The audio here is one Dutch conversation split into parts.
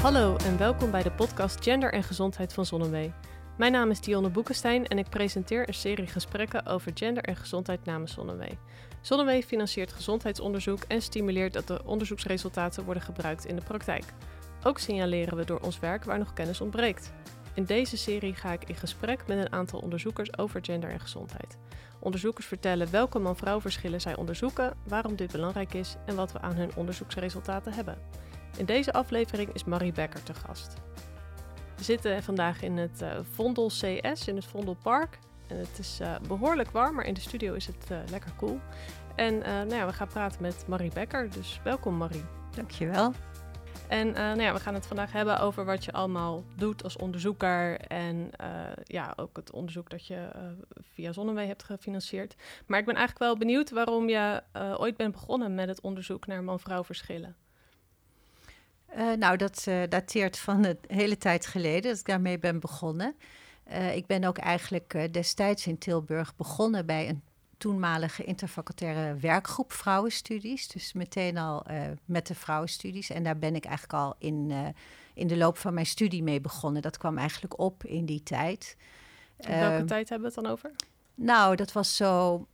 Hallo en welkom bij de podcast Gender en Gezondheid van Zonnewee. Mijn naam is Dionne Boekenstein en ik presenteer een serie gesprekken over gender en gezondheid namens Zonnewee. Zonnewee financiert gezondheidsonderzoek en stimuleert dat de onderzoeksresultaten worden gebruikt in de praktijk. Ook signaleren we door ons werk waar nog kennis ontbreekt. In deze serie ga ik in gesprek met een aantal onderzoekers over gender en gezondheid. Onderzoekers vertellen welke man-vrouw verschillen zij onderzoeken, waarom dit belangrijk is en wat we aan hun onderzoeksresultaten hebben. In deze aflevering is Marie Bekker te gast. We zitten vandaag in het Vondel CS, in het Vondelpark. En het is behoorlijk warm, maar in de studio is het lekker koel. En we gaan praten met Marie Bekker, dus welkom Marie. Dankjewel. En we gaan het vandaag hebben over wat je allemaal doet als onderzoeker en ook het onderzoek dat je via Zonnewee hebt gefinancierd. Maar ik ben eigenlijk wel benieuwd waarom je ooit bent begonnen met het onderzoek naar man-vrouw verschillen. Dat dateert van een hele tijd geleden dat ik daarmee ben begonnen. Ik ben ook eigenlijk destijds in Tilburg begonnen bij een toenmalige interfacultaire werkgroep vrouwenstudies. Dus meteen al met de vrouwenstudies. En daar ben ik eigenlijk al in de loop van mijn studie mee begonnen. Dat kwam eigenlijk op in die tijd. Welke tijd hebben we het dan over? Nou, dat was zo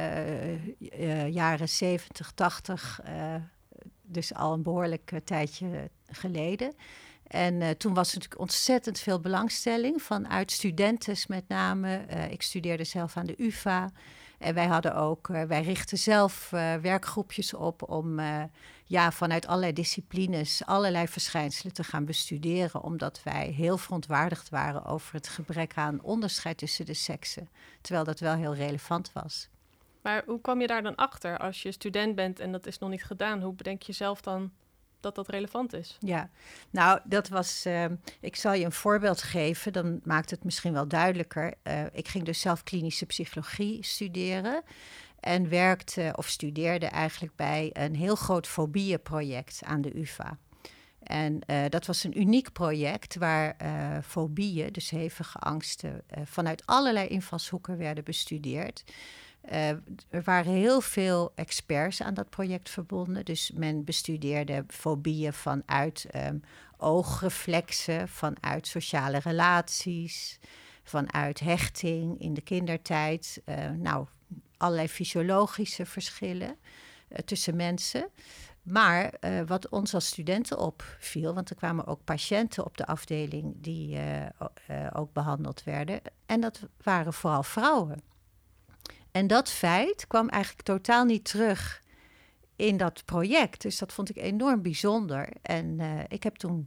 jaren 70, 80... Dus al een behoorlijk tijdje geleden. En toen was er natuurlijk ontzettend veel belangstelling vanuit studenten met name. Ik studeerde zelf aan de UvA. En wij richtten zelf werkgroepjes op om vanuit allerlei disciplines allerlei verschijnselen te gaan bestuderen. Omdat wij heel verontwaardigd waren over het gebrek aan onderscheid tussen de seksen. Terwijl dat wel heel relevant was. Maar hoe kwam je daar dan achter als je student bent en dat is nog niet gedaan? Hoe bedenk je zelf dan dat dat relevant is? Ja, nou, dat was... ik zal je een voorbeeld geven, dan maakt het misschien wel duidelijker. Ik ging dus zelf klinische psychologie studeren en studeerde eigenlijk bij een heel groot fobieënproject aan de UvA. En dat was een uniek project waar fobieën, dus hevige angsten, vanuit allerlei invalshoeken werden bestudeerd. Er waren heel veel experts aan dat project verbonden. Dus men bestudeerde fobieën vanuit oogreflexen, vanuit sociale relaties, vanuit hechting in de kindertijd. Allerlei fysiologische verschillen tussen mensen. Maar wat ons als studenten opviel, want er kwamen ook patiënten op de afdeling die ook behandeld werden. En dat waren vooral vrouwen. En dat feit kwam eigenlijk totaal niet terug in dat project. Dus dat vond ik enorm bijzonder. En ik heb toen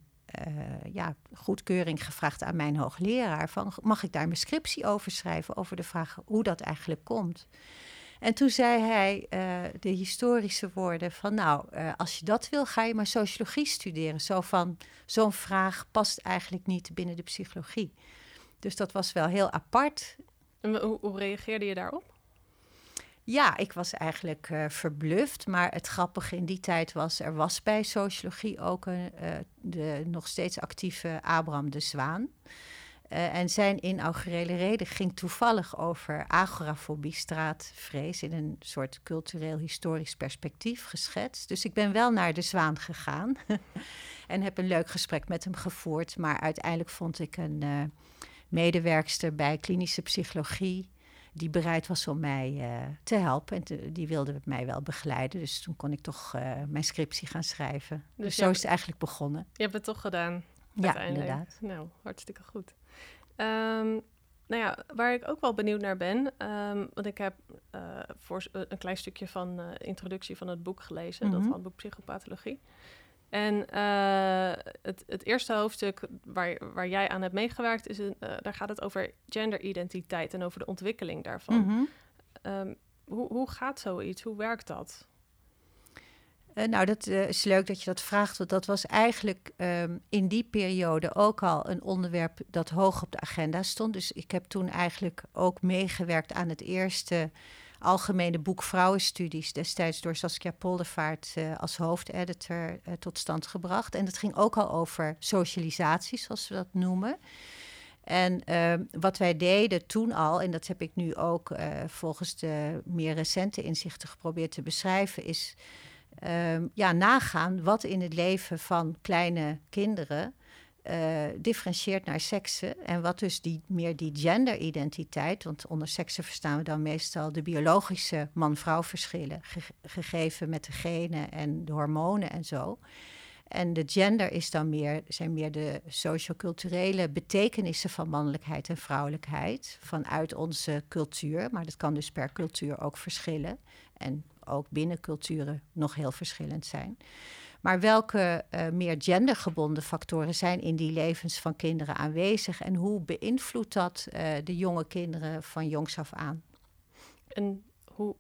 goedkeuring gevraagd aan mijn hoogleraar. Mag ik daar mijn scriptie over schrijven? Over de vraag hoe dat eigenlijk komt. En toen zei hij de historische woorden van... als je dat wil, ga je maar sociologie studeren. Zo'n vraag past eigenlijk niet binnen de psychologie. Dus dat was wel heel apart. En hoe reageerde je daarop? Ja, ik was eigenlijk verbluft, maar het grappige in die tijd was... er was bij sociologie ook de nog steeds actieve Abraham de Zwaan. En zijn inaugurele reden ging toevallig over agorafobie, straatvrees... in een soort cultureel-historisch perspectief geschetst. Dus ik ben wel naar de Zwaan gegaan en heb een leuk gesprek met hem gevoerd. Maar uiteindelijk vond ik een medewerkster bij klinische psychologie... die bereid was om mij te helpen. En die wilde mij wel begeleiden. Dus toen kon ik toch mijn scriptie gaan schrijven. Dus zo is het eigenlijk begonnen. Je hebt het toch gedaan? Ja, inderdaad. Nou, hartstikke goed. Waar ik ook wel benieuwd naar ben... want ik heb voor een klein stukje van introductie van het boek gelezen. Dat handboek Psychopathologie. En het eerste hoofdstuk waar jij aan hebt meegewerkt... daar gaat het over genderidentiteit en over de ontwikkeling daarvan. Mm-hmm. Hoe gaat zoiets? Hoe werkt dat? Dat is leuk dat je dat vraagt. Want dat was eigenlijk in die periode ook al een onderwerp... dat hoog op de agenda stond. Dus ik heb toen eigenlijk ook meegewerkt aan het eerste... algemene boek Vrouwenstudies, destijds door Saskia Poldervaart als hoofdeditor tot stand gebracht. En dat ging ook al over socialisatie, zoals we dat noemen. En wat wij deden toen al, en dat heb ik nu ook volgens de meer recente inzichten geprobeerd te beschrijven, is nagaan wat in het leven van kleine kinderen differentieert naar seksen. En wat dus meer die genderidentiteit, want onder seksen verstaan we dan meestal de biologische man-vrouw verschillen, gegeven met de genen en de hormonen en zo. En de gender zijn meer de socioculturele betekenissen van mannelijkheid en vrouwelijkheid vanuit onze cultuur. Maar dat kan dus per cultuur ook verschillen. En ook binnen culturen nog heel verschillend zijn. Maar welke meer gendergebonden factoren zijn in die levens van kinderen aanwezig? En hoe beïnvloedt dat de jonge kinderen van jongs af aan? En hoe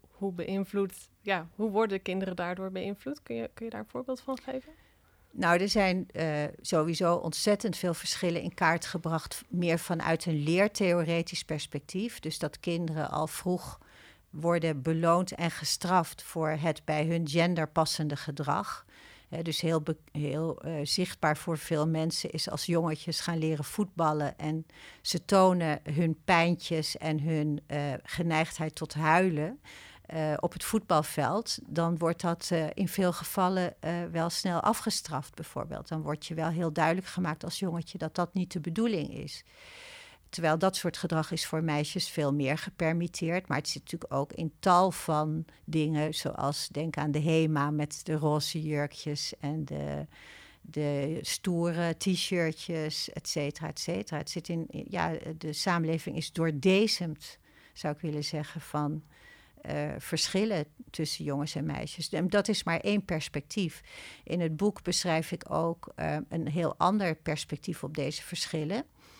worden kinderen daardoor beïnvloed? Kun je daar een voorbeeld van geven? Nou, er zijn sowieso ontzettend veel verschillen in kaart gebracht, meer vanuit een leertheoretisch perspectief. Dus dat kinderen al vroeg worden beloond en gestraft voor het bij hun gender passende gedrag. Dus heel zichtbaar voor veel mensen is als jongetjes gaan leren voetballen en ze tonen hun pijntjes en hun geneigdheid tot huilen op het voetbalveld, dan wordt dat in veel gevallen wel snel afgestraft bijvoorbeeld. Dan wordt je wel heel duidelijk gemaakt als jongetje dat dat niet de bedoeling is. Terwijl dat soort gedrag is voor meisjes veel meer gepermitteerd. Maar het zit natuurlijk ook in tal van dingen, zoals denk aan de HEMA met de roze jurkjes en de stoere t-shirtjes, et cetera, et cetera. Het zit de samenleving is doordezemd, zou ik willen zeggen, van verschillen tussen jongens en meisjes. En dat is maar één perspectief. In het boek beschrijf ik ook een heel ander perspectief op deze verschillen.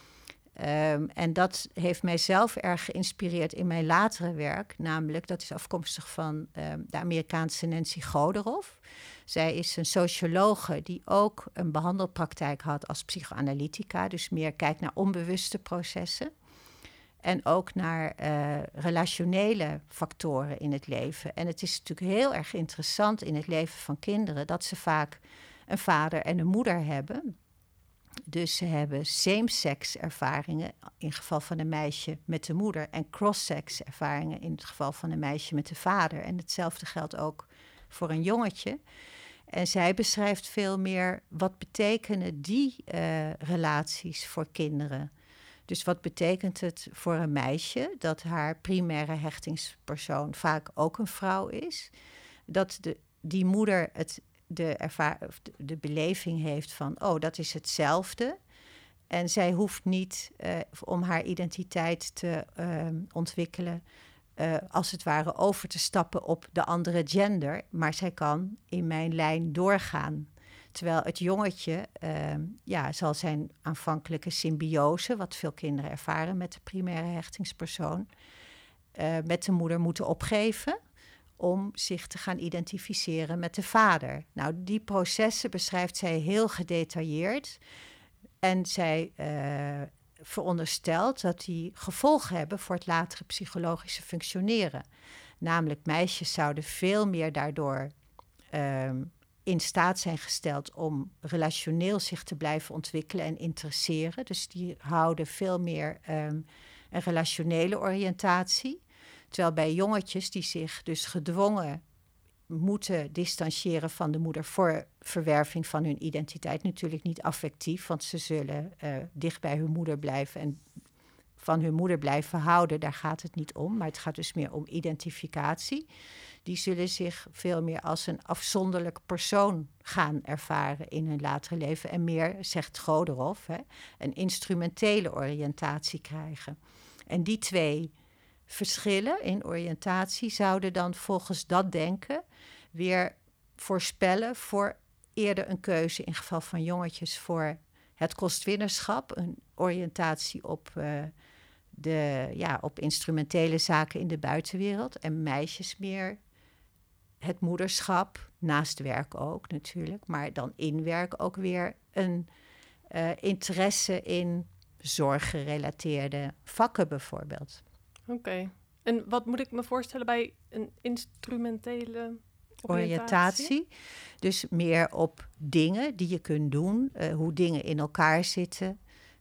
En dat heeft mij zelf erg geïnspireerd in mijn latere werk. Namelijk, dat is afkomstig van de Amerikaanse Nancy Goderoff. Zij is een sociologe die ook een behandelpraktijk had als psychoanalytica. Dus meer kijkt naar onbewuste processen. En ook naar relationele factoren in het leven. En het is natuurlijk heel erg interessant in het leven van kinderen dat ze vaak een vader en een moeder hebben. Dus ze hebben same-sex ervaringen in het geval van een meisje met de moeder en cross-sex ervaringen in het geval van een meisje met de vader. En hetzelfde geldt ook voor een jongetje. En zij beschrijft veel meer wat betekenen die relaties voor kinderen. Dus wat betekent het voor een meisje dat haar primaire hechtingspersoon vaak ook een vrouw is? Dat die moeder de beleving heeft van, oh, dat is hetzelfde. En zij hoeft niet om haar identiteit te ontwikkelen, als het ware over te stappen op de andere gender. Maar zij kan in mijn lijn doorgaan. Terwijl het jongetje zal zijn aanvankelijke symbiose, wat veel kinderen ervaren met de primaire hechtingspersoon, met de moeder moeten opgeven om zich te gaan identificeren met de vader. Nou, die processen beschrijft zij heel gedetailleerd. En zij veronderstelt dat die gevolgen hebben voor het latere psychologische functioneren. Namelijk, meisjes zouden veel meer daardoor in staat zijn gesteld om relationeel zich te blijven ontwikkelen en interesseren. Dus die houden veel meer een relationele oriëntatie. Terwijl bij jongetjes die zich dus gedwongen moeten distancieren van de moeder voor verwerving van hun identiteit, natuurlijk niet affectief, want ze zullen dicht bij hun moeder blijven en van hun moeder blijven houden, daar gaat het niet om. Maar het gaat dus meer om identificatie. Die zullen zich veel meer als een afzonderlijk persoon gaan ervaren in hun latere leven. En meer, zegt Goderoff, een instrumentele oriëntatie krijgen. En die twee verschillen in oriëntatie zouden dan volgens dat denken weer voorspellen voor eerder een keuze in geval van jongetjes voor het kostwinnerschap, een oriëntatie op op instrumentele zaken in de buitenwereld en meisjes meer het moederschap, naast werk ook natuurlijk, maar dan in werk ook weer een interesse in zorggerelateerde vakken bijvoorbeeld. Oké. En wat moet ik me voorstellen bij een instrumentele oriëntatie? Dus meer op dingen die je kunt doen, hoe dingen in elkaar zitten,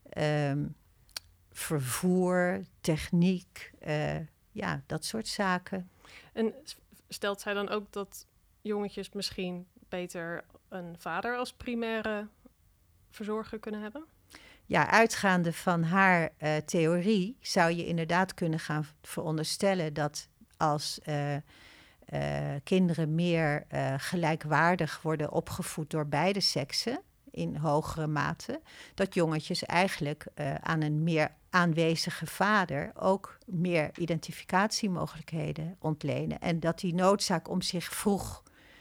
vervoer, techniek, dat soort zaken. En stelt zij dan ook dat jongetjes misschien beter een vader als primaire verzorger kunnen hebben? Ja, uitgaande van haar theorie zou je inderdaad kunnen gaan veronderstellen dat als kinderen meer gelijkwaardig worden opgevoed door beide seksen in hogere mate, dat jongetjes eigenlijk aan een meer aanwezige vader ook meer identificatiemogelijkheden ontlenen. En dat die noodzaak om zich vroeg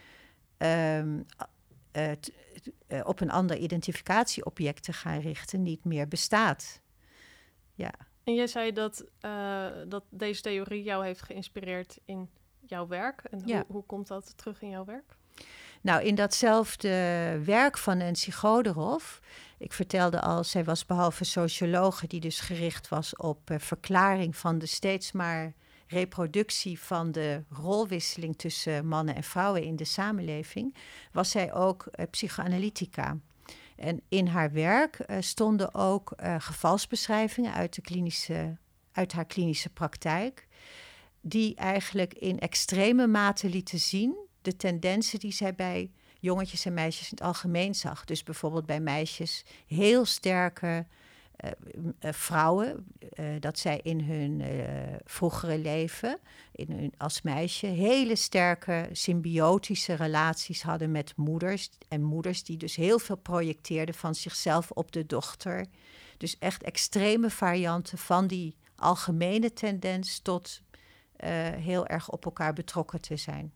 op een ander identificatieobject te gaan richten niet meer bestaat. Ja. En jij zei dat deze theorie jou heeft geïnspireerd in jouw werk. En hoe komt dat terug in jouw werk? Nou, in datzelfde werk van Nancy Goderoff, ik vertelde al, zij was behalve sociologe die dus gericht was op verklaring van de steeds maar reproductie van de rolwisseling tussen mannen en vrouwen in de samenleving, was zij ook psychoanalytica. En in haar werk stonden ook gevalsbeschrijvingen uit haar klinische praktijk, die eigenlijk in extreme mate lieten zien de tendensen die zij bij jongetjes en meisjes in het algemeen zag. Dus bijvoorbeeld bij meisjes heel sterke vrouwen, dat zij in hun vroegere leven, als meisje, hele sterke symbiotische relaties hadden met moeders. En moeders die dus heel veel projecteerden van zichzelf op de dochter. Dus echt extreme varianten van die algemene tendens tot heel erg op elkaar betrokken te zijn.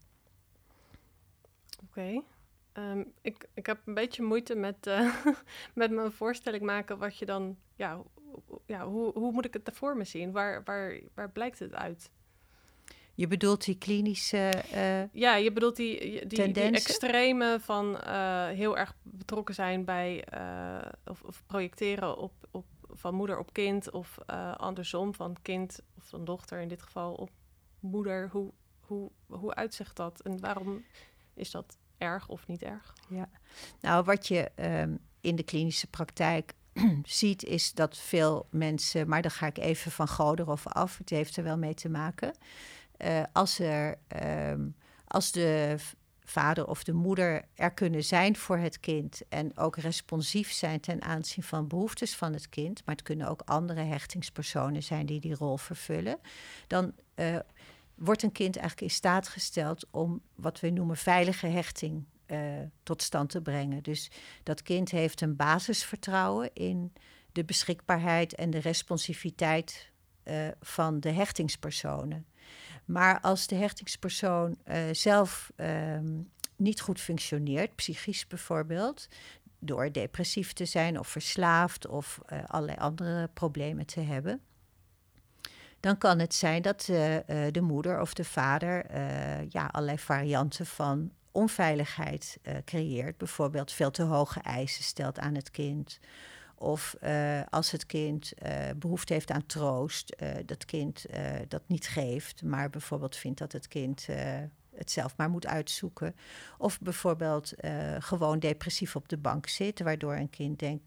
Oké. Ik heb een beetje moeite met met me een voorstelling maken wat je dan... hoe moet ik het voor me zien? Waar blijkt het uit? Je bedoelt die klinische Ja, je bedoelt die extreme van heel erg betrokken zijn bij... of projecteren op van moeder op kind of andersom van kind of van dochter in dit geval op moeder. Hoe uitzicht dat en waarom is dat erg of niet erg? Ja, nou wat je in de klinische praktijk ziet is dat veel mensen, maar dan ga ik even van Goderoff af, het heeft er wel mee te maken. Als de vader of de moeder er kunnen zijn voor het kind en ook responsief zijn ten aanzien van behoeftes van het kind, maar het kunnen ook andere hechtingspersonen zijn die rol vervullen, dan wordt een kind eigenlijk in staat gesteld om wat we noemen veilige hechting tot stand te brengen. Dus dat kind heeft een basisvertrouwen in de beschikbaarheid en de responsiviteit van de hechtingspersonen. Maar als de hechtingspersoon zelf niet goed functioneert, psychisch bijvoorbeeld, door depressief te zijn of verslaafd of allerlei andere problemen te hebben, dan kan het zijn dat de moeder of de vader allerlei varianten van onveiligheid creëert. Bijvoorbeeld veel te hoge eisen stelt aan het kind. Of als het kind behoefte heeft aan troost, dat kind dat niet geeft, maar bijvoorbeeld vindt dat het kind het zelf maar moet uitzoeken. Of bijvoorbeeld gewoon depressief op de bank zit, waardoor een kind denkt,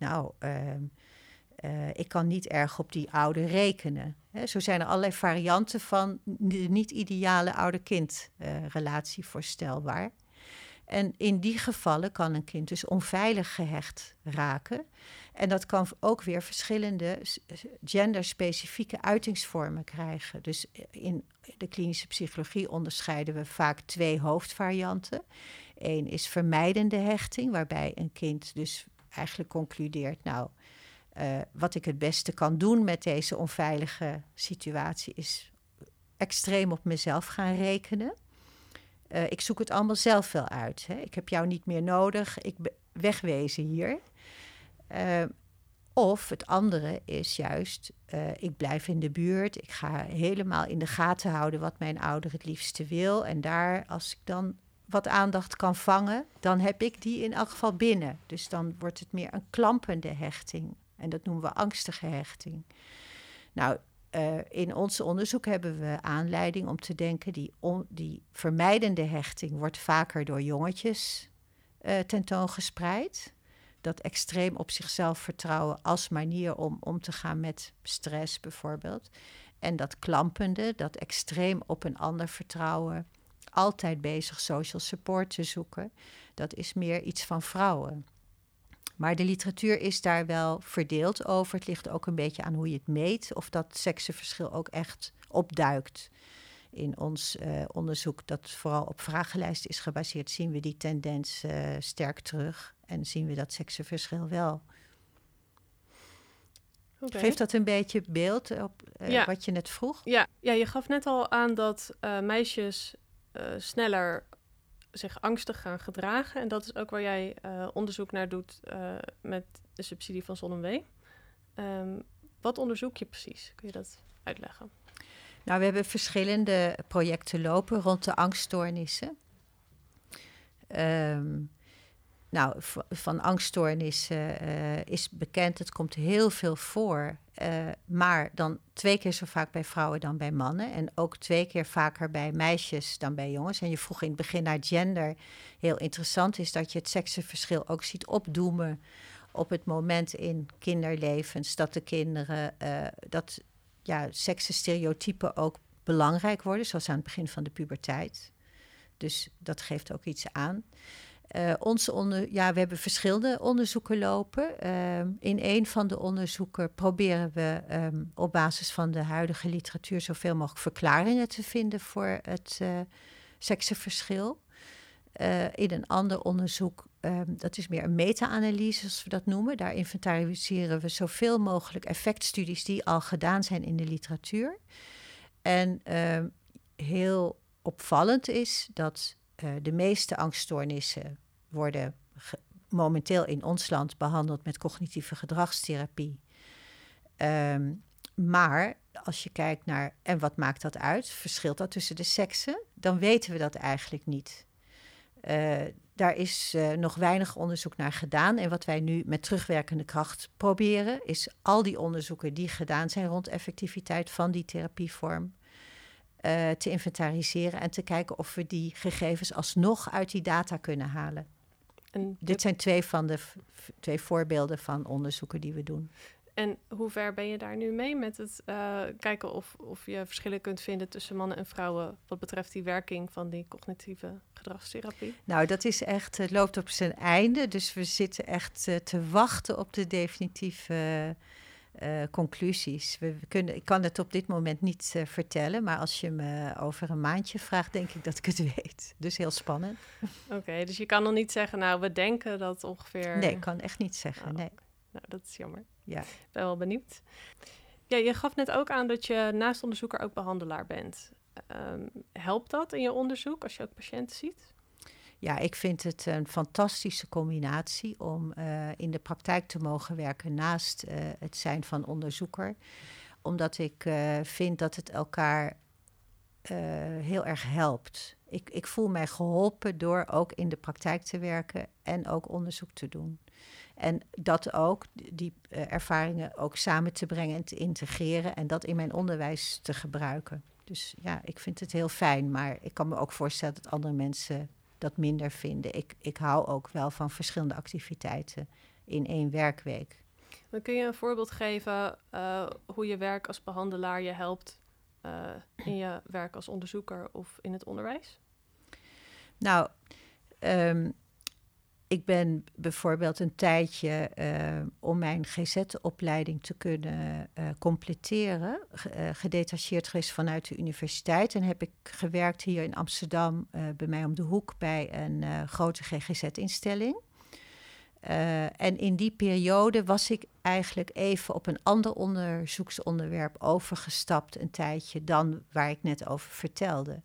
ik kan niet erg op die ouder rekenen. Zo zijn er allerlei varianten van de niet-ideale ouder-kind-relatie voorstelbaar. En in die gevallen kan een kind dus onveilig gehecht raken. En dat kan ook weer verschillende genderspecifieke uitingsvormen krijgen. Dus in de klinische psychologie onderscheiden we vaak 2 hoofdvarianten. Eén is vermijdende hechting, waarbij een kind dus eigenlijk concludeert, wat ik het beste kan doen met deze onveilige situatie is extreem op mezelf gaan rekenen. Ik zoek het allemaal zelf wel uit. Hè. Ik heb jou niet meer nodig. Wegwezen hier. Of het andere is juist, ik blijf in de buurt. Ik ga helemaal in de gaten houden wat mijn ouder het liefste wil. En daar, als ik dan wat aandacht kan vangen, dan heb ik die in elk geval binnen. Dus dan wordt het meer een klampende hechting. En dat noemen we angstige hechting. Nou, in ons onderzoek hebben we aanleiding om te denken, die vermijdende hechting wordt vaker door jongetjes tentoongespreid. Dat extreem op zichzelf vertrouwen als manier om te gaan met stress bijvoorbeeld. En dat klampende, dat extreem op een ander vertrouwen altijd bezig social support te zoeken. Dat is meer iets van vrouwen. Maar de literatuur is daar wel verdeeld over. Het ligt ook een beetje aan hoe je het meet. Of dat seksenverschil ook echt opduikt. In ons onderzoek dat vooral op vragenlijsten is gebaseerd, zien we die tendens sterk terug. En zien we dat seksenverschil wel. Okay. Geeft dat een beetje beeld op wat je net vroeg? Ja, je gaf net al aan dat meisjes sneller zich angstig gaan gedragen. En dat is ook waar jij onderzoek naar doet met de subsidie van ZonMW. Wat onderzoek je precies? Kun je dat uitleggen? Nou, we hebben verschillende projecten lopen rond de angststoornissen. Van angststoornissen is bekend, het komt heel veel voor. Maar dan 2 keer zo vaak bij vrouwen dan bij mannen. En ook 2 keer vaker bij meisjes dan bij jongens. En je vroeg in het begin naar gender. Heel interessant is dat je het seksenverschil ook ziet opdoemen op het moment in kinderlevens. Dat de kinderen, seksenstereotypen ook belangrijk worden. Zoals aan het begin van de puberteit. Dus dat geeft ook iets aan. We hebben verschillende onderzoeken lopen. In een van de onderzoeken proberen we op basis van de huidige literatuur zoveel mogelijk verklaringen te vinden voor het seksenverschil. In een ander onderzoek, dat is meer een meta-analyse, zoals we dat noemen. Daar inventariseren we zoveel mogelijk effectstudies die al gedaan zijn in de literatuur. En heel opvallend is dat de meeste angststoornissen worden momenteel in ons land behandeld met cognitieve gedragstherapie. Maar als je kijkt naar, en wat maakt dat uit? Verschilt dat tussen de seksen? Dan weten we dat eigenlijk niet. Daar is nog weinig onderzoek naar gedaan. En wat wij nu met terugwerkende kracht proberen, is al die onderzoeken die gedaan zijn rond effectiviteit van die therapievorm te inventariseren en te kijken of we die gegevens alsnog uit die data kunnen halen. Dit zijn 2 voorbeelden van onderzoeken die we doen. En hoe ver ben je daar nu mee met het kijken of je verschillen kunt vinden tussen mannen en vrouwen wat betreft die werking van die cognitieve gedragstherapie? Nou, dat is echt, het loopt op zijn einde. Dus we zitten echt te wachten op de definitieve conclusies. Ik kan het op dit moment niet vertellen, maar als je me over een maandje vraagt, denk ik dat ik het weet. Dus heel spannend. Oké, dus je kan nog niet zeggen, nou, we denken dat ongeveer... Nee, ik kan echt niet zeggen, nee. Nou, dat is jammer. Ja. Ik ben wel benieuwd. Ja, je gaf net ook aan dat je naast onderzoeker ook behandelaar bent. Helpt dat in je onderzoek als je ook patiënten ziet? Ja, ik vind het een fantastische combinatie om in de praktijk te mogen werken naast het zijn van onderzoeker. Omdat ik vind dat het elkaar heel erg helpt. Ik voel mij geholpen door ook in de praktijk te werken en ook onderzoek te doen. En dat ook, die ervaringen ook samen te brengen en te integreren en dat in mijn onderwijs te gebruiken. Dus ja, ik vind het heel fijn, maar ik kan me ook voorstellen dat andere mensen dat minder vinden. Ik hou ook wel van verschillende activiteiten in 1 werkweek. Dan kun je een voorbeeld geven hoe je werk als behandelaar je helpt in je werk als onderzoeker of in het onderwijs? Nou, ik ben bijvoorbeeld een tijdje om mijn GZ-opleiding te kunnen completeren, gedetacheerd geweest vanuit de universiteit. En heb ik gewerkt hier in Amsterdam, bij mij om de hoek, bij een grote GGZ-instelling. En in die periode was ik eigenlijk even op een ander onderzoeksonderwerp overgestapt een tijdje dan waar ik net over vertelde.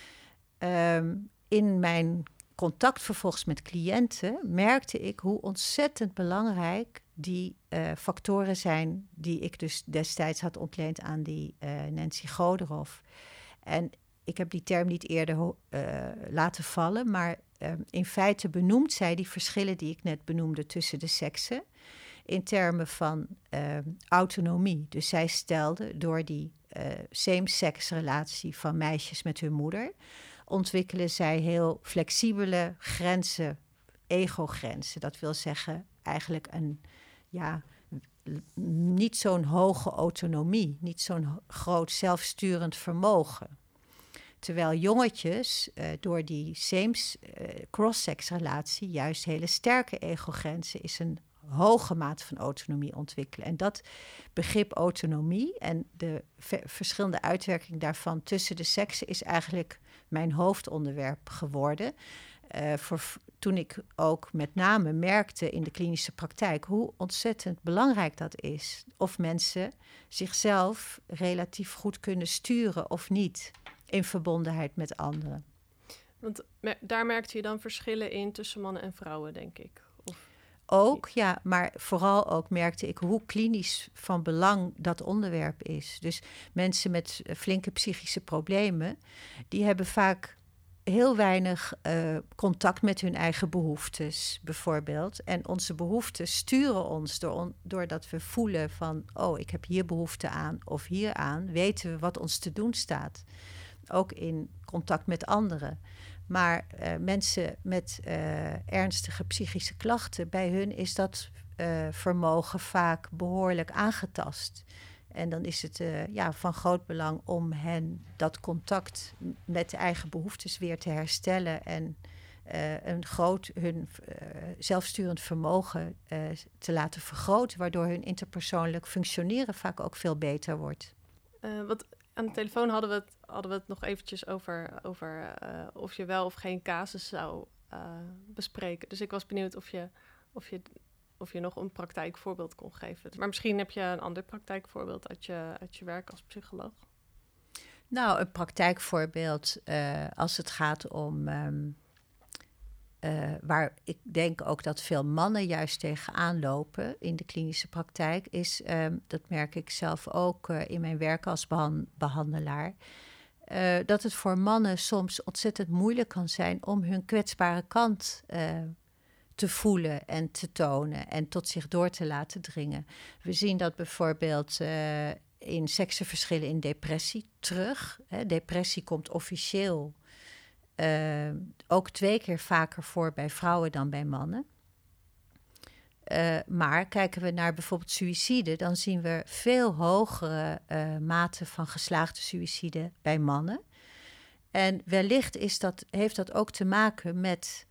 In mijn contact vervolgens met cliënten merkte ik hoe ontzettend belangrijk die factoren zijn die ik dus destijds had ontleend aan die Nancy Goderoff. En ik heb die term niet eerder laten vallen, maar in feite benoemt zij die verschillen die ik net benoemde tussen de seksen in termen van autonomie. Dus zij stelde door die same-sex relatie van meisjes met hun moeder ontwikkelen zij heel flexibele grenzen, ego-grenzen. Dat wil zeggen eigenlijk niet zo'n hoge autonomie, niet zo'n groot zelfsturend vermogen. Terwijl jongetjes door die cross-sex relatie juist hele sterke egogrenzen is een hoge mate van autonomie ontwikkelen. En dat begrip autonomie en de verschillende uitwerking daarvan tussen de seksen is eigenlijk mijn hoofdonderwerp geworden. Toen ik ook met name merkte in de klinische praktijk hoe ontzettend belangrijk dat is. Of mensen zichzelf relatief goed kunnen sturen of niet in verbondenheid met anderen. Want daar merkte je dan verschillen in tussen mannen en vrouwen, denk ik. Ook, ja, maar vooral ook merkte ik hoe klinisch van belang dat onderwerp is. Dus mensen met flinke psychische problemen, die hebben vaak heel weinig contact met hun eigen behoeftes, bijvoorbeeld. En onze behoeftes sturen ons doordat we voelen van, oh, ik heb hier behoefte aan of hier aan, weten we wat ons te doen staat. Ook in contact met anderen. Maar mensen met ernstige psychische klachten, bij hun is dat vermogen vaak behoorlijk aangetast. En dan is het van groot belang om hen dat contact met de eigen behoeftes weer te herstellen en hun zelfsturend vermogen te laten vergroten, waardoor hun interpersoonlijk functioneren vaak ook veel beter wordt. Wat aan de telefoon hadden we het nog eventjes over of je wel of geen casus zou bespreken. Dus ik was benieuwd of je nog een praktijkvoorbeeld kon geven. Maar misschien heb je een ander praktijkvoorbeeld uit je werk als psycholoog. Nou, een praktijkvoorbeeld als het gaat om waar ik denk ook dat veel mannen juist tegenaan lopen in de klinische praktijk, is, dat merk ik zelf ook in mijn werk als behandelaar, dat het voor mannen soms ontzettend moeilijk kan zijn om hun kwetsbare kant te voelen en te tonen en tot zich door te laten dringen. We zien dat bijvoorbeeld in seksenverschillen in depressie terug. Depressie komt officieel ook 2 keer vaker voor bij vrouwen dan bij mannen. Maar kijken we naar bijvoorbeeld suïcide, dan zien we veel hogere maten van geslaagde suïcide bij mannen. En wellicht heeft dat ook te maken met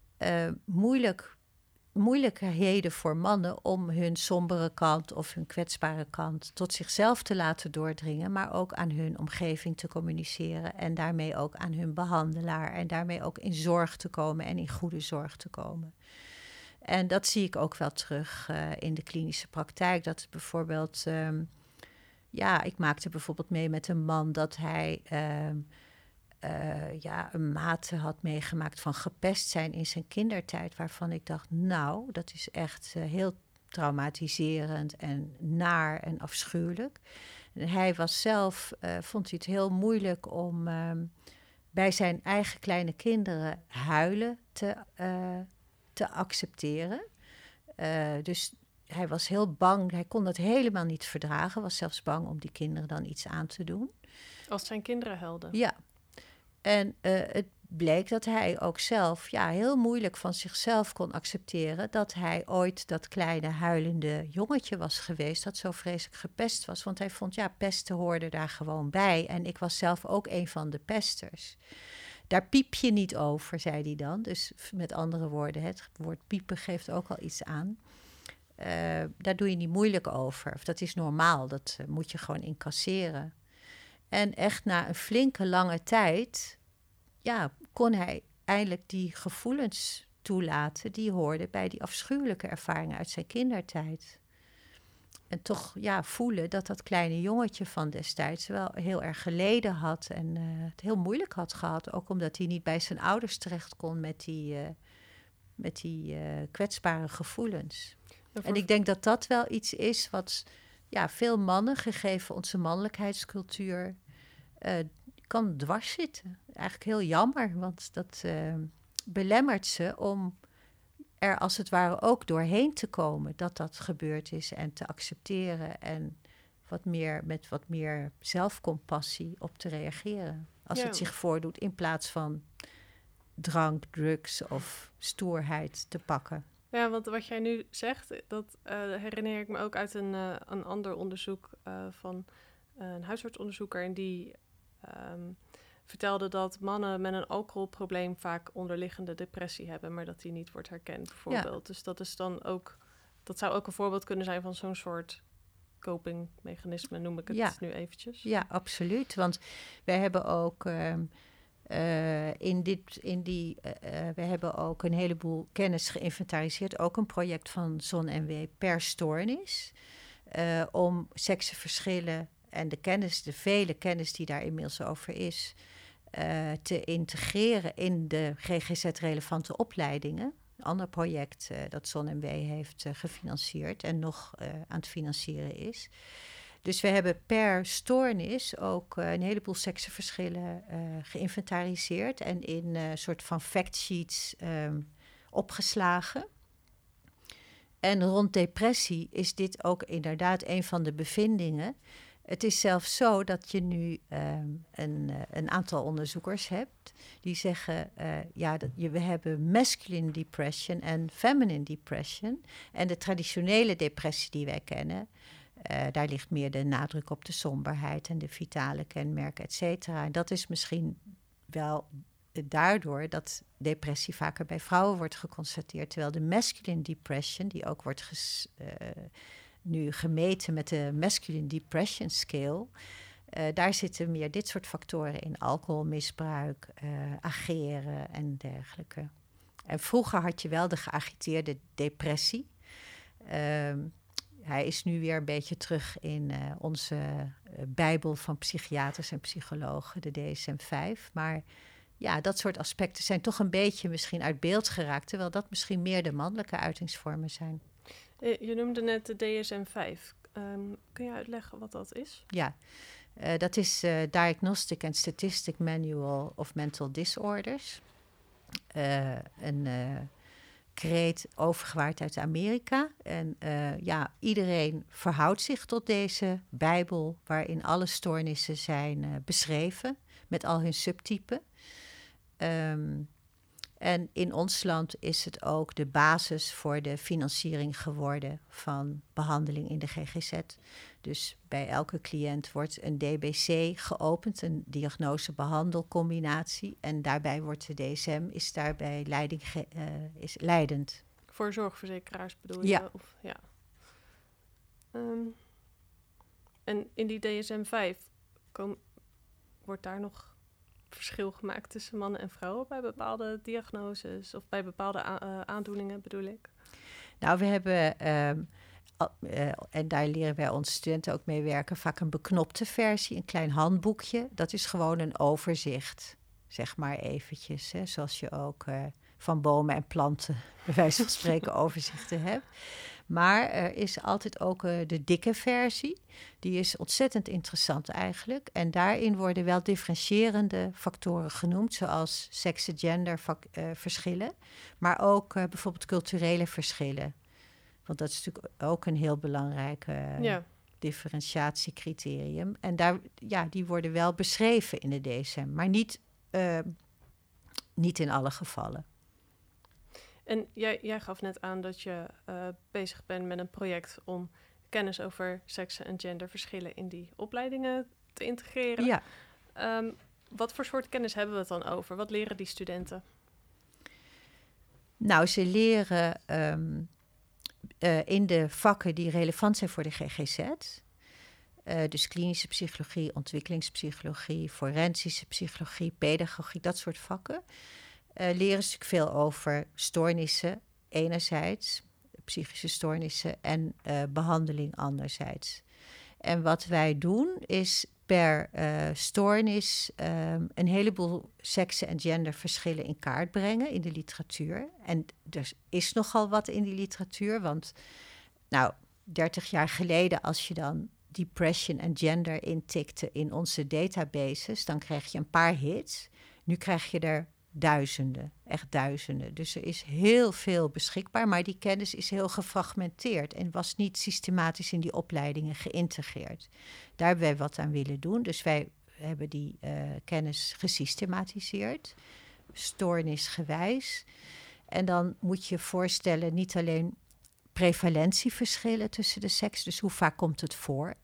moeilijkheden voor mannen om hun sombere kant of hun kwetsbare kant tot zichzelf te laten doordringen, maar ook aan hun omgeving te communiceren en daarmee ook aan hun behandelaar en daarmee ook in zorg te komen en in goede zorg te komen. En dat zie ik ook wel terug in de klinische praktijk. Dat bijvoorbeeld, ik maakte bijvoorbeeld mee met een man dat hij een mate had meegemaakt van gepest zijn in zijn kindertijd, waarvan ik dacht, nou, dat is echt heel traumatiserend en naar en afschuwelijk. En hij was zelf, vond hij het heel moeilijk om bij zijn eigen kleine kinderen huilen te accepteren. Dus hij was heel bang, hij kon dat helemaal niet verdragen, was zelfs bang om die kinderen dan iets aan te doen. Als zijn kinderen huilden? Ja. En het bleek dat hij ook zelf heel moeilijk van zichzelf kon accepteren dat hij ooit dat kleine huilende jongetje was geweest dat zo vreselijk gepest was. Want hij vond, pesten hoorde daar gewoon bij. En ik was zelf ook een van de pesters. Daar piep je niet over, zei hij dan. Dus met andere woorden, het woord piepen geeft ook al iets aan. Daar doe je niet moeilijk over. Of dat is normaal, dat moet je gewoon incasseren. En echt na een flinke lange tijd kon hij eindelijk die gevoelens toelaten die hoorden bij die afschuwelijke ervaringen uit zijn kindertijd. En toch voelen dat dat kleine jongetje van destijds wel heel erg geleden had en het heel moeilijk had gehad. Ook omdat hij niet bij zijn ouders terecht kon met die kwetsbare gevoelens. En ik denk dat dat wel iets is wat veel mannen, gegeven onze mannelijkheidscultuur, kan dwars zitten. Eigenlijk heel jammer, want dat belemmert ze om er als het ware ook doorheen te komen dat dat gebeurd is en te accepteren en met wat meer zelfcompassie op te reageren. Als het zich voordoet in plaats van drank, drugs of stoerheid te pakken. Ja, want wat jij nu zegt, dat herinner ik me ook uit een ander onderzoek van een huisartsonderzoeker. En die vertelde dat mannen met een alcoholprobleem vaak onderliggende depressie hebben, maar dat die niet wordt herkend, bijvoorbeeld. Dus dat is dan ook, dat zou ook een voorbeeld kunnen zijn van zo'n soort copingmechanisme, noem ik het nu eventjes. Ja, absoluut. Want wij hebben ook we hebben ook een heleboel kennis geïnventariseerd. Ook een project van ZonNW per stoornis. Om seksenverschillen en de vele kennis die daar inmiddels over is, te integreren in de GGZ-relevante opleidingen. Een ander project dat ZonNW heeft gefinancierd en nog aan het financieren is. Dus we hebben per stoornis ook een heleboel seksenverschillen geïnventariseerd en in een soort van factsheets opgeslagen. En rond depressie is dit ook inderdaad een van de bevindingen. Het is zelfs zo dat je nu een aantal onderzoekers hebt die zeggen, we hebben masculine depression en feminine depression. En de traditionele depressie die wij kennen, daar ligt meer de nadruk op de somberheid en de vitale kenmerken, et cetera. En dat is misschien wel daardoor dat depressie vaker bij vrouwen wordt geconstateerd. Terwijl de masculine depression, die ook wordt nu gemeten met de masculine depression scale, daar zitten meer dit soort factoren in. Alcoholmisbruik, ageren en dergelijke. En vroeger had je wel de geagiteerde depressie. Hij is nu weer een beetje terug in onze bijbel van psychiaters en psychologen, de DSM-5. Maar ja, dat soort aspecten zijn toch een beetje misschien uit beeld geraakt, terwijl dat misschien meer de mannelijke uitingsvormen zijn. Je noemde net de DSM-5. Kun je uitleggen wat dat is? Ja, dat is Diagnostic and Statistic Manual of Mental Disorders. Een kreet overgewaaid uit Amerika. En iedereen verhoudt zich tot deze bijbel, waarin alle stoornissen zijn beschreven, met al hun subtypen. En in ons land is het ook de basis voor de financiering geworden van behandeling in de GGZ. Dus bij elke cliënt wordt een DBC geopend, een diagnose-behandelcombinatie. En daarbij wordt de DSM is daarbij is leidend. Voor zorgverzekeraars bedoel je? Ja. Ja. En in die DSM-5 wordt daar nog verschil gemaakt tussen mannen en vrouwen bij bepaalde diagnoses of bij bepaalde aandoeningen, bedoel ik? Nou, we hebben, en daar leren wij onze studenten ook mee werken, vaak een beknopte versie, een klein handboekje. Dat is gewoon een overzicht, zeg maar eventjes. Hè, zoals je ook van bomen en planten, bij wijze van spreken, overzichten hebt. Maar er is altijd ook de dikke versie. Die is ontzettend interessant eigenlijk. En daarin worden wel differentiërende factoren genoemd, zoals seks- en genderverschillen. Maar ook bijvoorbeeld culturele verschillen. Want dat is natuurlijk ook een heel belangrijk differentiatiecriterium. En die worden wel beschreven in de DSM, maar niet in alle gevallen. En jij gaf net aan dat je bezig bent met een project om kennis over seksen- en genderverschillen in die opleidingen te integreren. Ja. Wat voor soort kennis hebben we het dan over? Wat leren die studenten? Nou, ze leren in de vakken die relevant zijn voor de GGZ. Dus klinische psychologie, ontwikkelingspsychologie, forensische psychologie, pedagogiek, dat soort vakken. Leren ze veel over stoornissen enerzijds, psychische stoornissen en behandeling anderzijds. En wat wij doen is per stoornis een heleboel seksen- en genderverschillen in kaart brengen in de literatuur. En er is nogal wat in die literatuur, want 30 jaar geleden als je dan depression en gender intikte in onze databases, dan kreeg je een paar hits. Nu krijg je er duizenden, echt duizenden. Dus er is heel veel beschikbaar, maar die kennis is heel gefragmenteerd en was niet systematisch in die opleidingen geïntegreerd. Daar hebben wij wat aan willen doen. Dus wij hebben die kennis gesystematiseerd, stoornisgewijs. En dan moet je je voorstellen niet alleen prevalentieverschillen tussen de seks, dus hoe vaak komt het voor?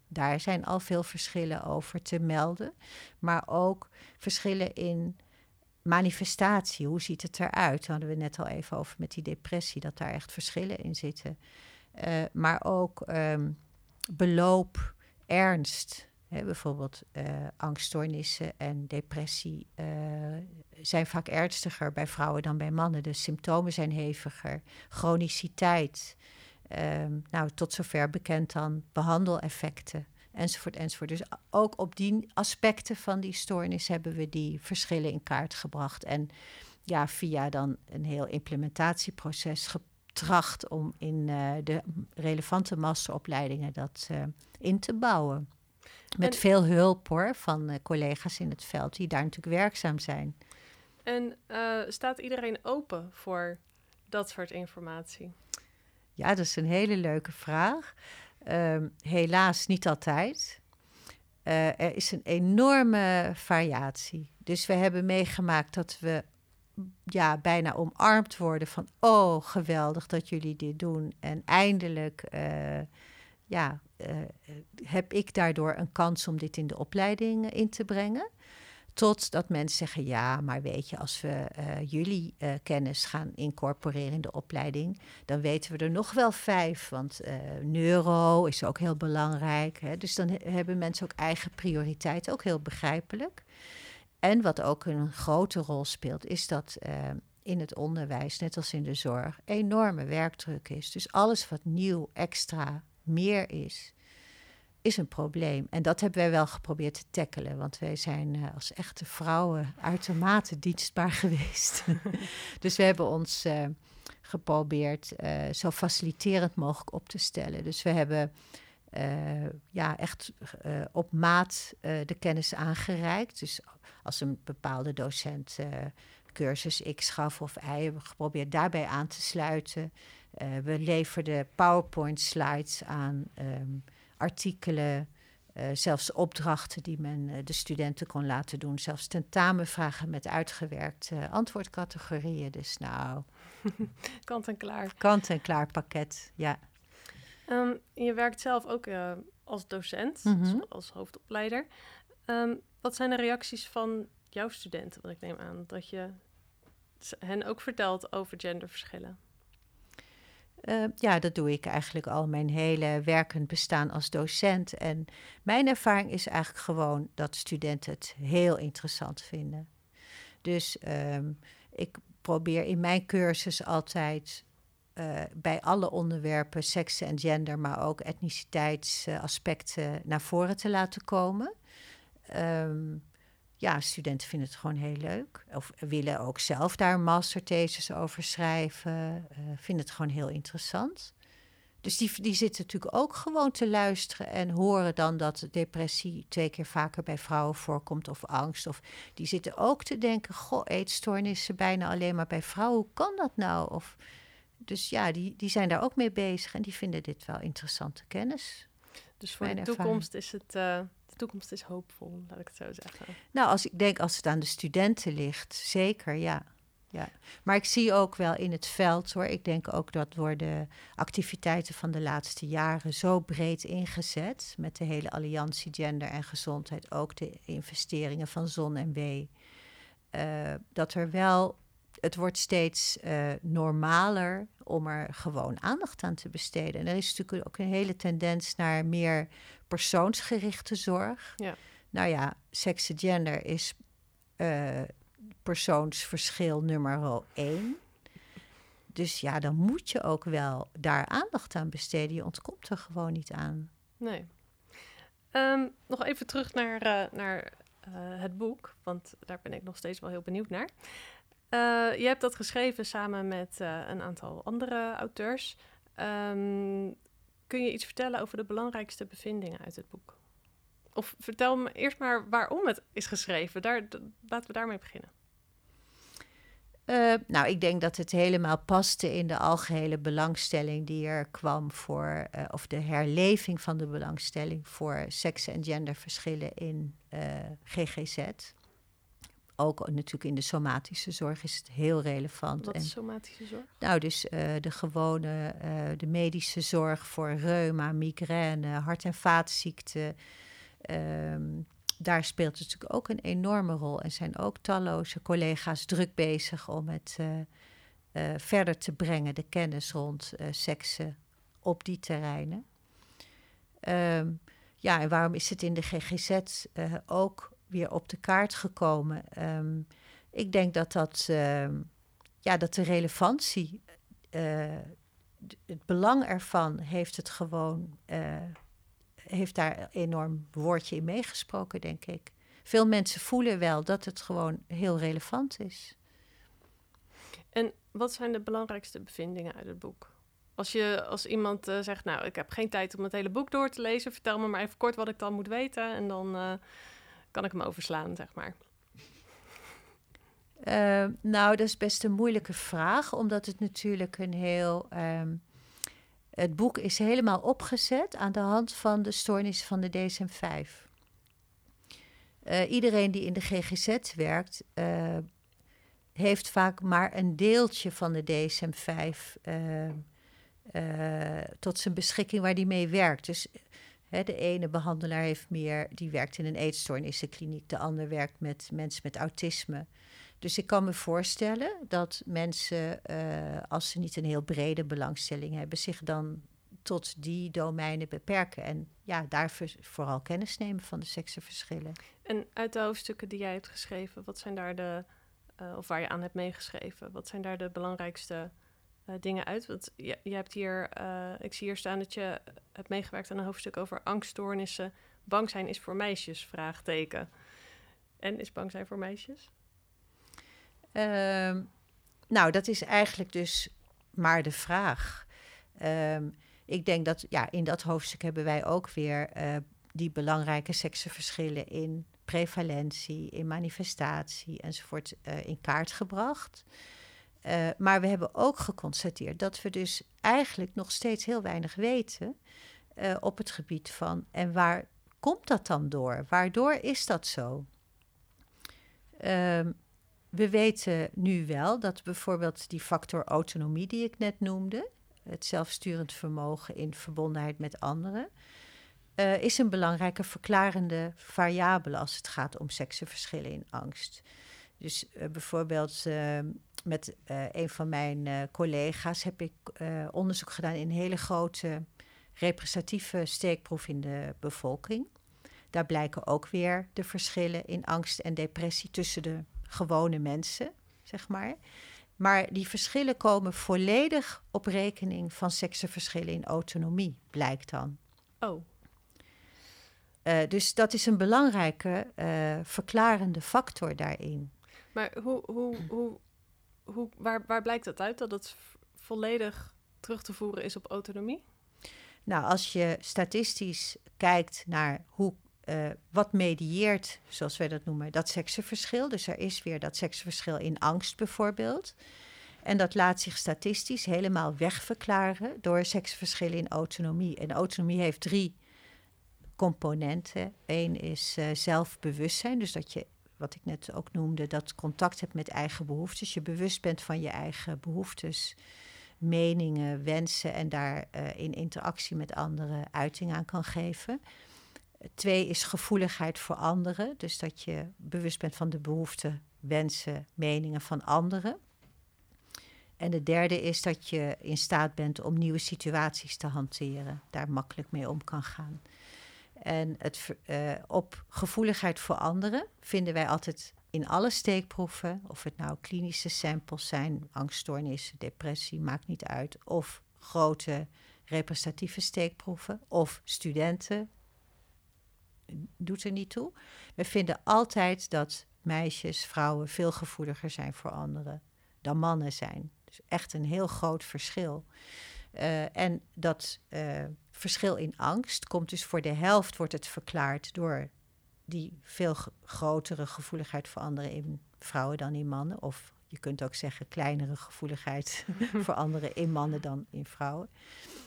Daar zijn al veel verschillen over te melden. Maar ook verschillen in manifestatie. Hoe ziet het eruit? Daar hadden we net al even over met die depressie, dat daar echt verschillen in zitten. Maar ook beloop, ernst. Bijvoorbeeld angststoornissen en depressie zijn vaak ernstiger bij vrouwen dan bij mannen. De symptomen zijn heviger. Chroniciteit. Tot zover bekend dan behandeleffecten. Enzovoort, enzovoort. Dus ook op die aspecten van die stoornis hebben we die verschillen in kaart gebracht. En ja, via dan een heel implementatieproces getracht om in de relevante masteropleidingen dat in te bouwen. Met veel hulp hoor, van collega's in het veld die daar natuurlijk werkzaam zijn. En staat iedereen open voor dat soort informatie? Ja, dat is een hele leuke vraag. Helaas niet altijd. Er is een enorme variatie. Dus we hebben meegemaakt dat we bijna omarmd worden van... oh, geweldig dat jullie dit doen. En eindelijk heb ik daardoor een kans om dit in de opleiding in te brengen. Totdat mensen zeggen, ja, maar weet je, als we jullie kennis gaan incorporeren in de opleiding, dan weten we er nog wel 5. Want neuro is ook heel belangrijk. Hè? Dus dan hebben mensen ook eigen prioriteiten, ook heel begrijpelijk. En wat ook een grote rol speelt, is dat in het onderwijs, net als in de zorg, enorme werkdruk is. Dus alles wat nieuw, extra, meer is een probleem. En dat hebben wij wel geprobeerd te tackelen. Want wij zijn als echte vrouwen uitermate dienstbaar geweest. Dus we hebben ons geprobeerd zo faciliterend mogelijk op te stellen. Dus we hebben echt op maat de kennis aangereikt. Dus als een bepaalde docent cursus X gaf of Y, hebben we geprobeerd daarbij aan te sluiten. We leverden PowerPoint slides aan, artikelen, zelfs opdrachten die men de studenten kon laten doen. Zelfs tentamenvragen met uitgewerkte antwoordcategorieën. Dus nou... Kant en klaar. Kant en klaar pakket, ja. Je werkt zelf ook als docent, als hoofdopleider. Wat zijn de reacties van jouw studenten? Want ik neem aan dat je hen ook vertelt over genderverschillen. Dat doe ik eigenlijk al mijn hele werkend bestaan als docent. En mijn ervaring is eigenlijk gewoon dat studenten het heel interessant vinden. Dus ik probeer in mijn cursus altijd bij alle onderwerpen, seks en gender, maar ook etniciteitsaspecten naar voren te laten komen. Studenten vinden het gewoon heel leuk. Of willen ook zelf daar een masterthesis over schrijven. Vinden het gewoon heel interessant. Dus die zitten natuurlijk ook gewoon te luisteren en horen dan dat depressie 2 keer vaker bij vrouwen voorkomt of angst. Of die zitten ook te denken, goh, eetstoornissen bijna alleen maar bij vrouwen. Hoe kan dat nou? Dus ja, die zijn daar ook mee bezig en die vinden dit wel interessante kennis. Dus voor de toekomst is het... De toekomst is hoopvol, laat ik het zo zeggen. Nou, als het aan de studenten ligt, zeker, ja. Maar ik zie ook wel in het veld, hoor. Ik denk ook dat door de activiteiten van de laatste jaren zo breed ingezet, met de hele alliantie gender en gezondheid, ook de investeringen van Zon en W, dat er wel... Het wordt steeds normaler om er gewoon aandacht aan te besteden. En er is natuurlijk ook een hele tendens naar meer persoonsgerichte zorg. Ja. Nou ja, seks en gender is persoonsverschil nummer 1. Dus ja, dan moet je ook wel daar aandacht aan besteden. Je ontkomt er gewoon niet aan. Nee. Nog even terug naar het boek, want daar ben ik nog steeds wel heel benieuwd naar. Je hebt dat geschreven samen met een aantal andere auteurs. Kun je iets vertellen over de belangrijkste bevindingen uit het boek? Of vertel me eerst maar waarom het is geschreven. Laten we daarmee beginnen. Ik denk dat het helemaal paste in de algehele belangstelling die er kwam voor... of de herleving van de belangstelling voor seks- en genderverschillen in GGZ. ook natuurlijk in de somatische zorg is het heel relevant. Wat is somatische zorg? Nou, dus de gewone, de medische zorg voor reuma, migraine, hart- en vaatziekten. Daar speelt het natuurlijk ook een enorme rol. En zijn ook talloze collega's druk bezig om het verder te brengen, de kennis rond seksen op die terreinen. Ja, en waarom is het in de GGZ ook weer op de kaart gekomen? Ik denk dat dat de relevantie, het belang ervan heeft daar een enorm woordje in meegesproken, denk ik. Veel mensen voelen wel dat het gewoon heel relevant is. En wat zijn de belangrijkste bevindingen uit het boek? Als iemand zegt, nou, ik heb geen tijd om het hele boek door te lezen, vertel me maar even kort wat ik dan moet weten en dan kan ik hem overslaan, zeg maar. Nou, dat is best een moeilijke vraag, omdat het natuurlijk het boek is helemaal opgezet aan de hand van de stoornissen van de DSM-5. Iedereen die in de GGZ werkt, heeft vaak maar een deeltje van de DSM-5 tot zijn beschikking waar die mee werkt. Dus de ene behandelaar heeft meer, die werkt in een eetstoornissenkliniek, de ander werkt met mensen met autisme. Dus ik kan me voorstellen dat mensen, als ze niet een heel brede belangstelling hebben, zich dan tot die domeinen beperken. En ja, daar vooral kennis nemen van de seksenverschillen. En uit de hoofdstukken die jij hebt geschreven, wat zijn daar of waar je aan hebt meegeschreven, wat zijn daar de belangrijkste dingen uit? Want je hebt hier, ik zie hier staan dat je hebt meegewerkt aan een hoofdstuk over angststoornissen. Bang zijn is voor meisjes, vraagteken. En is bang zijn voor meisjes? Nou, dat is eigenlijk dus maar de vraag. Ik denk dat, ja, in dat hoofdstuk hebben wij ook weer die belangrijke seksenverschillen in prevalentie, in manifestatie enzovoort in kaart gebracht. Maar we hebben ook geconstateerd dat we dus eigenlijk nog steeds heel weinig weten op het gebied van, en waar komt dat dan door? Waardoor is dat zo? We weten nu wel dat bijvoorbeeld die factor autonomie die ik net noemde, het zelfsturend vermogen in verbondenheid met anderen, is een belangrijke verklarende variabele als het gaat om seksenverschillen in angst. Dus bijvoorbeeld met een van mijn collega's heb ik onderzoek gedaan in een hele grote representatieve steekproef in de bevolking. Daar blijken ook weer de verschillen in angst en depressie tussen de gewone mensen, zeg maar. Maar die verschillen komen volledig op rekening van seksenverschillen in autonomie, blijkt dan. Oh. Dus dat is een belangrijke verklarende factor daarin. Maar waar blijkt dat uit, dat het volledig terug te voeren is op autonomie? Nou, als je statistisch kijkt naar wat medieert, zoals wij dat noemen, dat seksenverschil. Dus er is weer dat seksenverschil in angst bijvoorbeeld. En dat laat zich statistisch helemaal wegverklaren door seksenverschillen in autonomie. En autonomie heeft 3 componenten. Eén is zelfbewustzijn, dus dat je, wat ik net ook noemde, dat contact hebt met eigen behoeftes. Je bewust bent van je eigen behoeftes, meningen, wensen en daar in interactie met anderen uiting aan kan geven. 2 is gevoeligheid voor anderen, dus dat je bewust bent van de behoeften, wensen, meningen van anderen. En de 3e is dat je in staat bent om nieuwe situaties te hanteren, daar makkelijk mee om kan gaan. En op gevoeligheid voor anderen vinden wij altijd in alle steekproeven, of het nou klinische samples zijn, angststoornissen, depressie, maakt niet uit, of grote representatieve steekproeven, of studenten, doet er niet toe. We vinden altijd dat meisjes, vrouwen veel gevoeliger zijn voor anderen dan mannen zijn. Dus echt een heel groot verschil. En dat verschil in angst komt dus voor de helft, wordt het verklaard door die veel grotere gevoeligheid voor anderen in vrouwen dan in mannen. Of je kunt ook zeggen kleinere gevoeligheid voor anderen in mannen dan in vrouwen.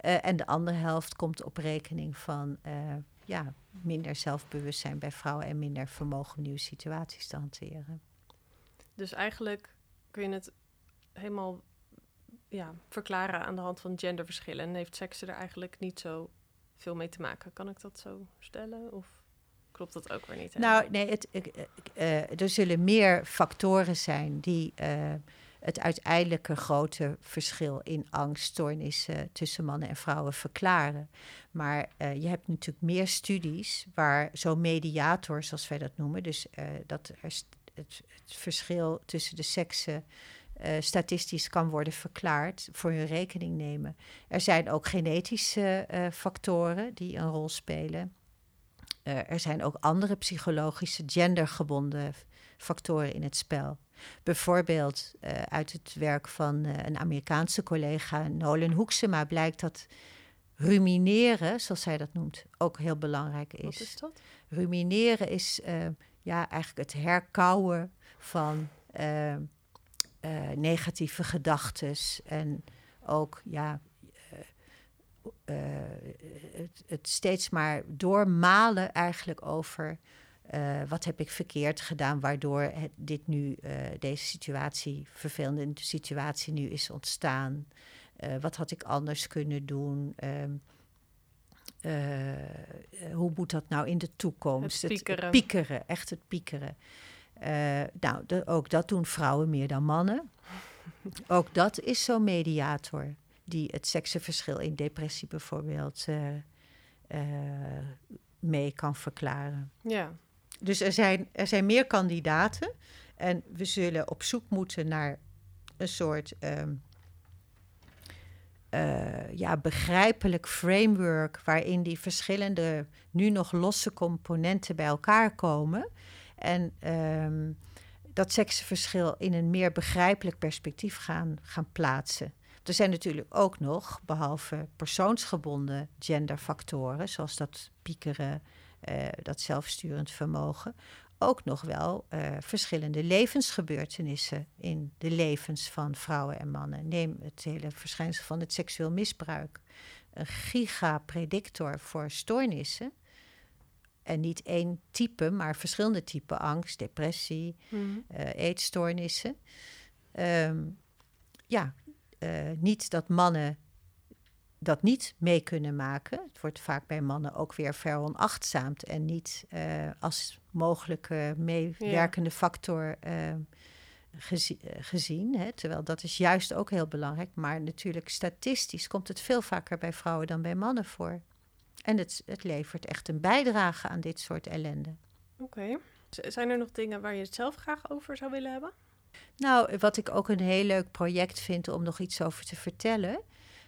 En de andere helft komt op rekening van minder zelfbewustzijn bij vrouwen en minder vermogen om nieuwe situaties te hanteren. Dus eigenlijk kun je het helemaal verklaren aan de hand van genderverschillen. En heeft seks er eigenlijk niet zo veel mee te maken. Kan ik dat zo stellen? Of klopt dat ook weer niet? Nou, nee, er zullen meer factoren zijn die het uiteindelijke grote verschil in angststoornissen tussen mannen en vrouwen verklaren. Maar je hebt natuurlijk meer studies waar zo'n mediator, zoals wij dat noemen, dus dat het verschil tussen de seksen statistisch kan worden verklaard, voor hun rekening nemen. Er zijn ook genetische factoren die een rol spelen. Er zijn ook andere psychologische gendergebonden factoren in het spel. Bijvoorbeeld uit het werk van een Amerikaanse collega, Nolan Hoeksema, blijkt dat rumineren, zoals zij dat noemt, ook heel belangrijk is. Wat is dat? Rumineren is eigenlijk het herkauwen van negatieve gedachten en ook het steeds maar doormalen eigenlijk over wat heb ik verkeerd gedaan, waardoor deze situatie, vervelende situatie nu is ontstaan. Wat had ik anders kunnen doen? Hoe moet dat nou in de toekomst? Het piekeren. Het piekeren, echt het piekeren. Ook dat doen vrouwen meer dan mannen. Ook dat is zo'n mediator die het seksenverschil in depressie bijvoorbeeld mee kan verklaren. Ja. Dus er zijn meer kandidaten en we zullen op zoek moeten naar een soort begrijpelijk framework waarin die verschillende, nu nog losse componenten bij elkaar komen en dat seksenverschil in een meer begrijpelijk perspectief gaan plaatsen. Er zijn natuurlijk ook nog, behalve persoonsgebonden genderfactoren, zoals dat piekeren, dat zelfsturend vermogen, ook nog wel verschillende levensgebeurtenissen in de levens van vrouwen en mannen. Neem het hele verschijnsel van het seksueel misbruik. Een gigapredictor voor stoornissen. En niet één type, maar verschillende typen angst, depressie, eetstoornissen. Niet dat mannen dat niet mee kunnen maken. Het wordt vaak bij mannen ook weer veronachtzaamd en niet als mogelijke meewerkende factor gezien. Hè? Terwijl dat is juist ook heel belangrijk. Maar natuurlijk statistisch komt het veel vaker bij vrouwen dan bij mannen voor. En het levert echt een bijdrage aan dit soort ellende. Oké. Zijn er nog dingen waar je het zelf graag over zou willen hebben? Nou, wat ik ook een heel leuk project vind om nog iets over te vertellen,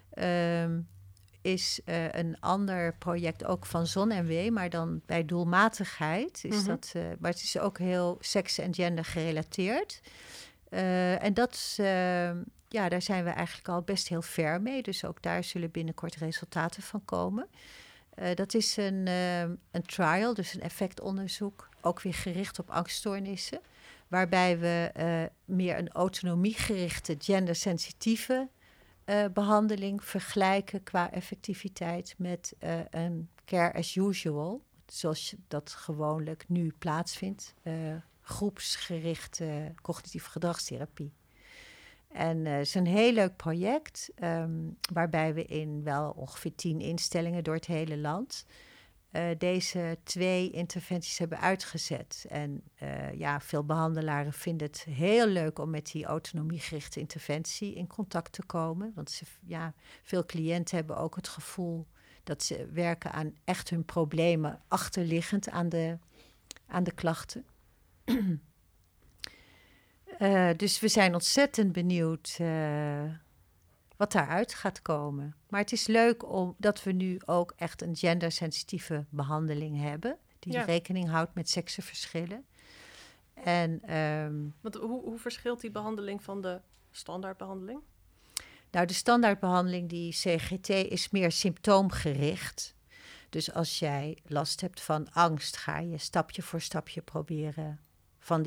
is een ander project ook van ZonMW, maar dan bij doelmatigheid. Maar het is ook heel seks- en gender gerelateerd. En daar zijn we eigenlijk al best heel ver mee. Dus ook daar zullen binnenkort resultaten van komen. Dat is een trial, dus een effectonderzoek, ook weer gericht op angststoornissen, waarbij we meer een autonomiegerichte, gendersensitieve behandeling vergelijken qua effectiviteit met een care as usual, zoals dat gewoonlijk nu plaatsvindt, groepsgerichte cognitieve gedragstherapie. En het is een heel leuk project, waarbij we in wel ongeveer 10 instellingen door het hele land deze 2 interventies hebben uitgezet. En veel behandelaren vinden het heel leuk om met die autonomiegerichte interventie in contact te komen. Want veel cliënten hebben ook het gevoel dat ze werken aan echt hun problemen achterliggend aan de klachten. Dus we zijn ontzettend benieuwd wat daaruit gaat komen. Maar het is leuk dat we nu ook echt een gendersensitieve behandeling hebben, die rekening houdt met seksenverschillen. Want hoe verschilt die behandeling van de standaardbehandeling? Nou, de standaardbehandeling, die CGT, is meer symptoomgericht. Dus als jij last hebt van angst, ga je stapje voor stapje proberen van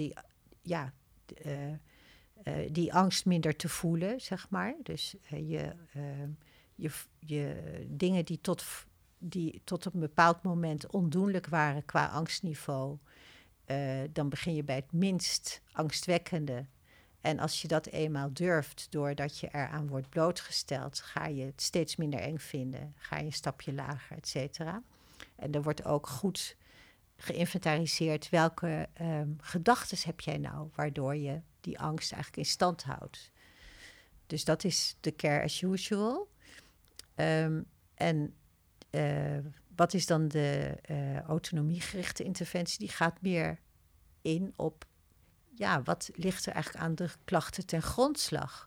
die angst minder te voelen, zeg maar. Dus je dingen die tot op een bepaald moment ondoenlijk waren qua angstniveau, dan begin je bij het minst angstwekkende. En als je dat eenmaal durft, doordat je eraan wordt blootgesteld, ga je het steeds minder eng vinden. Ga je een stapje lager, et cetera. En er wordt ook goed geïnventariseerd welke gedachten heb jij nou, waardoor je die angst eigenlijk in stand houdt. Dus dat is de care as usual. Wat is dan de autonomiegerichte interventie? Die gaat meer in op, wat ligt er eigenlijk aan de klachten ten grondslag?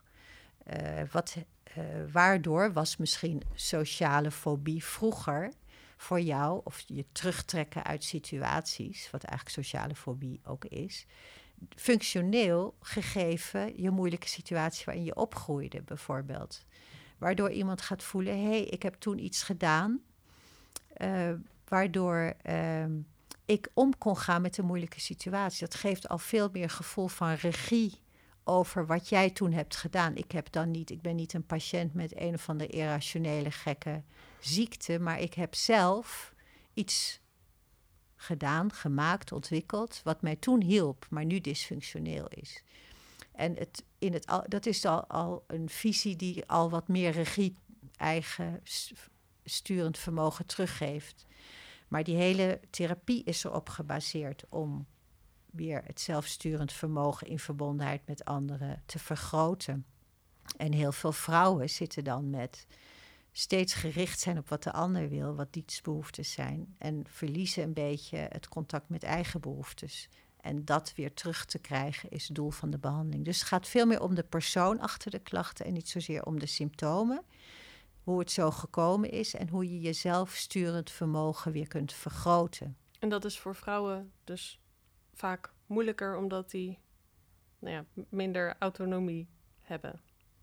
Waardoor was misschien sociale fobie vroeger voor jou, of je terugtrekken uit situaties, wat eigenlijk sociale fobie ook is, functioneel gegeven je moeilijke situatie waarin je opgroeide bijvoorbeeld. Waardoor iemand gaat voelen, ik heb toen iets gedaan, waardoor ik om kon gaan met een moeilijke situatie. Dat geeft al veel meer gevoel van regie over wat jij toen hebt gedaan. Ik ben niet een patiënt met een of andere irrationele gekke ziekte, maar ik heb zelf iets gedaan, gemaakt, ontwikkeld, wat mij toen hielp, maar nu dysfunctioneel is. En dat is al een visie die al wat meer regie, eigen sturend vermogen teruggeeft. Maar die hele therapie is erop gebaseerd om weer het zelfsturend vermogen in verbondenheid met anderen te vergroten. En heel veel vrouwen zitten dan met steeds gericht zijn op wat de ander wil, wat dieetsbehoeftes zijn, en verliezen een beetje het contact met eigen behoeftes. En dat weer terug te krijgen is het doel van de behandeling. Dus het gaat veel meer om de persoon achter de klachten en niet zozeer om de symptomen. Hoe het zo gekomen is en hoe je je zelfsturend vermogen weer kunt vergroten. En dat is voor vrouwen dus vaak moeilijker omdat die minder autonomie hebben.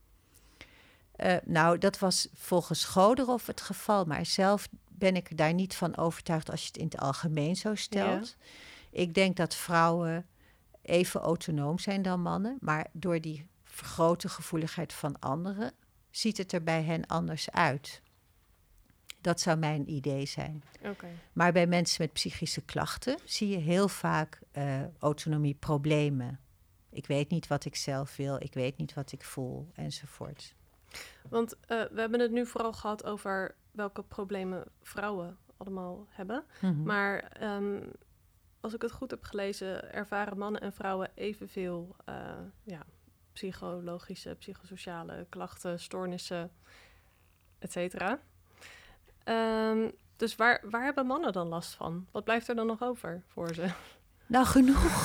Dat was volgens Goderov het geval, maar zelf ben ik daar niet van overtuigd als je het in het algemeen zo stelt. Ja. Ik denk dat vrouwen even autonoom zijn dan mannen, maar door die vergrote gevoeligheid van anderen ziet het er bij hen anders uit. Dat zou mijn idee zijn. Okay. Maar bij mensen met psychische klachten zie je heel vaak autonomieproblemen. Ik weet niet wat ik zelf wil, ik weet niet wat ik voel, enzovoort. Want we hebben het nu vooral gehad over welke problemen vrouwen allemaal hebben. Mm-hmm. Maar als ik het goed heb gelezen, ervaren mannen en vrouwen evenveel psychologische, psychosociale klachten, stoornissen, et cetera. Dus waar hebben mannen dan last van? Wat blijft er dan nog over voor ze? Nou, genoeg.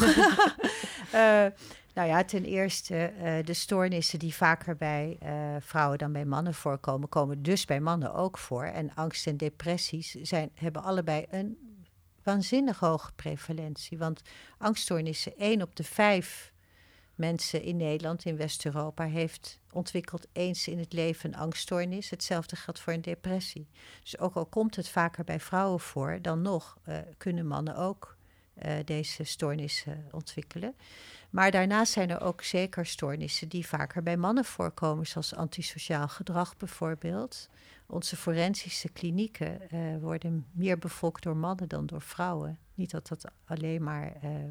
Ten eerste, de stoornissen die vaker bij vrouwen dan bij mannen voorkomen, komen dus bij mannen ook voor. En angst en depressies hebben allebei een waanzinnig hoge prevalentie. Want angststoornissen, 1 op de 5 mensen in Nederland, in West-Europa, heeft ontwikkeld eens in het leven een angststoornis. Hetzelfde geldt voor een depressie. Dus ook al komt het vaker bij vrouwen voor, dan nog kunnen mannen ook deze stoornissen ontwikkelen. Maar daarnaast zijn er ook zeker stoornissen die vaker bij mannen voorkomen, zoals antisociaal gedrag bijvoorbeeld. Onze forensische klinieken worden meer bevolkt door mannen dan door vrouwen. Niet dat dat alleen maar...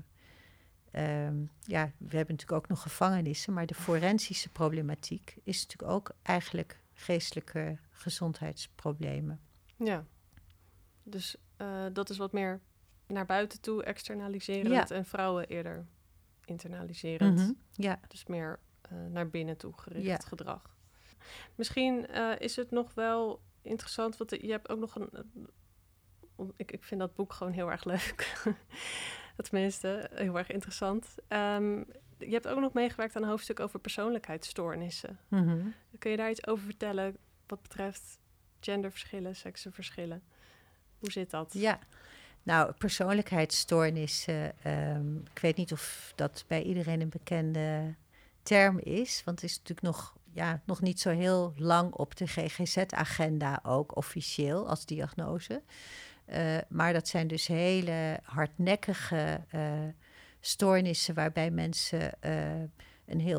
we hebben natuurlijk ook nog gevangenissen, maar de forensische problematiek is natuurlijk ook eigenlijk geestelijke gezondheidsproblemen. Ja, dus dat is wat meer naar buiten toe externaliserend en vrouwen eerder internaliserend. Mm-hmm, ja. Dus meer naar binnen toe gericht gedrag. Misschien is het nog wel interessant, want je hebt ook nog ik vind dat boek gewoon heel erg leuk. Tenminste, heel erg interessant. Je hebt ook nog meegewerkt aan een hoofdstuk over persoonlijkheidsstoornissen. Mm-hmm. Kun je daar iets over vertellen wat betreft genderverschillen, seksenverschillen? Hoe zit dat? Ja, nou, persoonlijkheidsstoornissen, ik weet niet of dat bij iedereen een bekende term is, want het is natuurlijk nog niet zo heel lang op de GGZ-agenda ook officieel als diagnose. Maar dat zijn dus hele hardnekkige stoornissen waarbij mensen een heel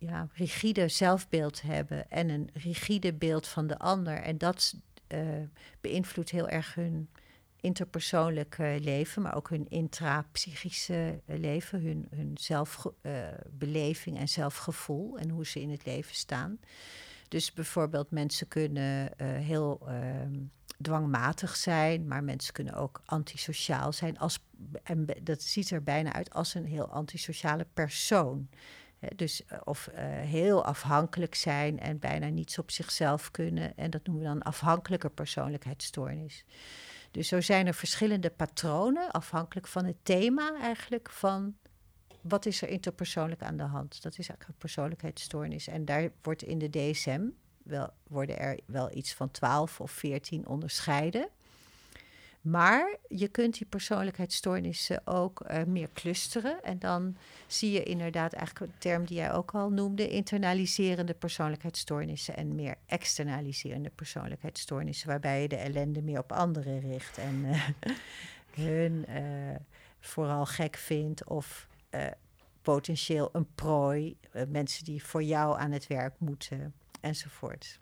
rigide zelfbeeld hebben en een rigide beeld van de ander. En dat beïnvloedt heel erg hun interpersoonlijke leven, maar ook hun intrapsychische leven, hun zelfbeleving en zelfgevoel en hoe ze in het leven staan. Dus bijvoorbeeld mensen kunnen heel dwangmatig zijn, maar mensen kunnen ook antisociaal zijn. En dat ziet er bijna uit als een heel antisociale persoon. Dus of heel afhankelijk zijn en bijna niets op zichzelf kunnen. En dat noemen we dan afhankelijke persoonlijkheidsstoornis. Dus zo zijn er verschillende patronen, afhankelijk van het thema eigenlijk van wat is er interpersoonlijk aan de hand. Dat is eigenlijk een persoonlijkheidsstoornis. En daar wordt in de DSM worden er wel iets van 12 of 14 onderscheiden. Maar je kunt die persoonlijkheidsstoornissen ook meer clusteren. En dan zie je inderdaad eigenlijk een term die jij ook al noemde, internaliserende persoonlijkheidsstoornissen en meer externaliserende persoonlijkheidsstoornissen, waarbij je de ellende meer op anderen richt en hun vooral gek vindt of potentieel een prooi, mensen die voor jou aan het werk moeten enzovoort.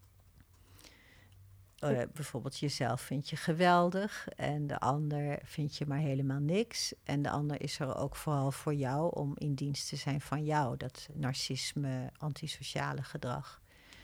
Bijvoorbeeld jezelf vind je geweldig en de ander vind je maar helemaal niks. En de ander is er ook vooral voor jou om in dienst te zijn van jou. Dat narcisme, antisociale gedrag.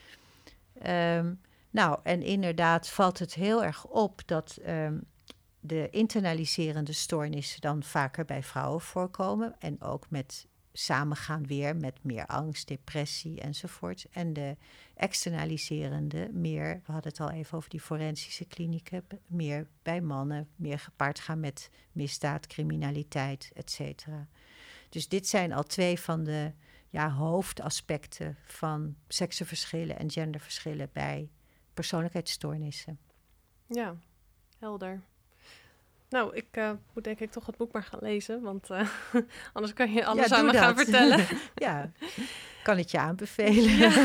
En inderdaad valt het heel erg op dat de internaliserende stoornissen dan vaker bij vrouwen voorkomen. En ook met samengaan weer met meer angst, depressie enzovoort. En de externaliserende meer, we hadden het al even over die forensische klinieken, meer bij mannen, meer gepaard gaan met misdaad, criminaliteit, et cetera. Dus dit zijn al 2 van de hoofdaspecten van seksenverschillen en genderverschillen bij persoonlijkheidsstoornissen. Ja, helder. Nou, ik moet denk ik toch het boek maar gaan lezen, want anders kan je alles aan me gaan vertellen. Ja, kan het je aanbevelen.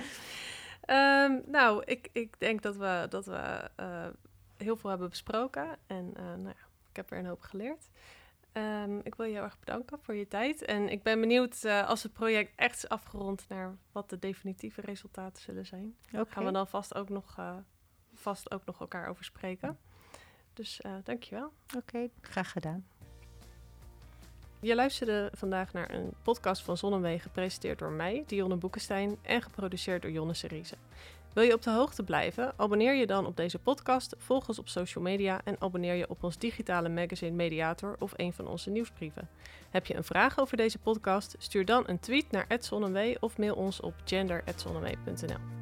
Ja. Ik denk dat we heel veel hebben besproken en ik heb er een hoop geleerd. Ik wil je heel erg bedanken voor je tijd en ik ben benieuwd als het project echt is afgerond naar wat de definitieve resultaten zullen zijn. Okay. Gaan we dan vast ook nog elkaar over spreken. Dus dankjewel. Oké, graag gedaan. Je luisterde vandaag naar een podcast van Zonneweg, gepresenteerd door mij, Dionne Boekenstein, en geproduceerd door Jonne Seriese. Wil je op de hoogte blijven? Abonneer je dan op deze podcast, volg ons op social media en abonneer je op ons digitale magazine Mediator of een van onze nieuwsbrieven. Heb je een vraag over deze podcast? Stuur dan een tweet naar @zonneweg of mail ons op gender@zonneweg.nl.